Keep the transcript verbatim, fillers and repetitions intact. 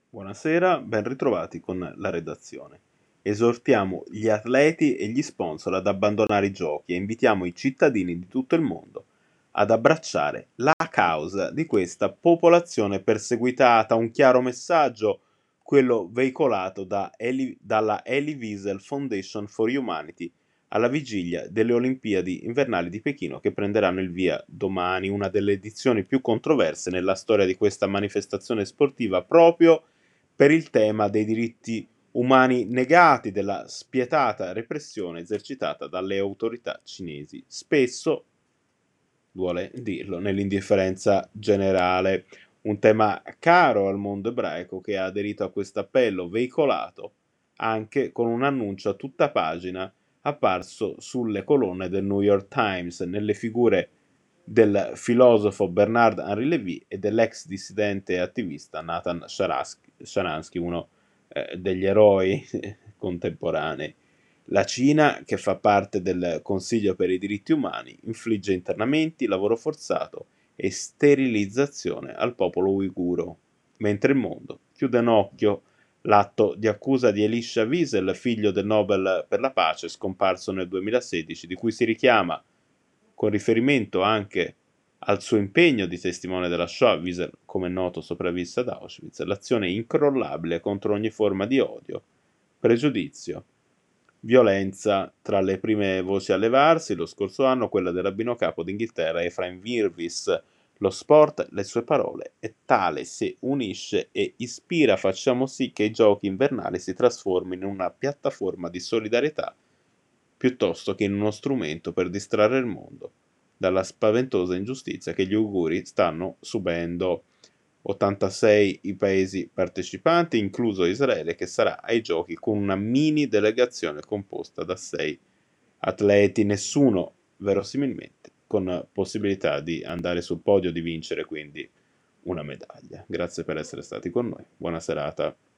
Buonasera, ben ritrovati con la redazione. Esortiamo gli atleti e gli sponsor ad abbandonare i giochi e invitiamo i cittadini di tutto il mondo ad abbracciare la causa di questa popolazione perseguitata. Un chiaro messaggio, quello veicolato da Elie, dalla Elie Wiesel Foundation for Humanity alla vigilia delle Olimpiadi invernali di Pechino, che prenderanno il via domani, una delle edizioni più controverse nella storia di questa manifestazione sportiva, proprio per il tema dei diritti umani negati, della spietata repressione esercitata dalle autorità cinesi, spesso, vuole dirlo, nell'indifferenza generale. Un tema caro al mondo ebraico, che ha aderito a questo appello, veicolato anche con un annuncio a tutta pagina apparso sulle colonne del New York Times, nelle figure del filosofo Bernard-Henri Lévy e dell'ex dissidente e attivista Nathan Sharansky, uno eh, degli eroi contemporanei. La Cina, che fa parte del Consiglio per i diritti umani, infligge internamenti, lavoro forzato e sterilizzazione al popolo uiguro, mentre il mondo chiude un occhio l'atto di accusa di Elisha Wiesel, figlio del Nobel per la pace scomparso nel duemilasedici, di cui si richiama, con riferimento anche al suo impegno di testimone della Shoah. Wiesel, come è noto, sopravvisse ad Auschwitz, l'azione incrollabile contro ogni forma di odio, pregiudizio, violenza. Tra le prime voci a levarsi lo scorso anno quella del rabbino capo d'Inghilterra Ephraim Mirvis. Lo sport, le sue parole, è tale se unisce e ispira. Facciamo sì che i giochi invernali si trasformino in una piattaforma di solidarietà piuttosto che in uno strumento per distrarre il mondo dalla spaventosa ingiustizia che gli uiguri stanno subendo. ottantasei i paesi partecipanti, incluso Israele, che sarà ai giochi con una mini delegazione composta da sei atleti, nessuno verosimilmente con possibilità di andare sul podio, di vincere quindi una medaglia. Grazie per essere stati con noi, buona serata.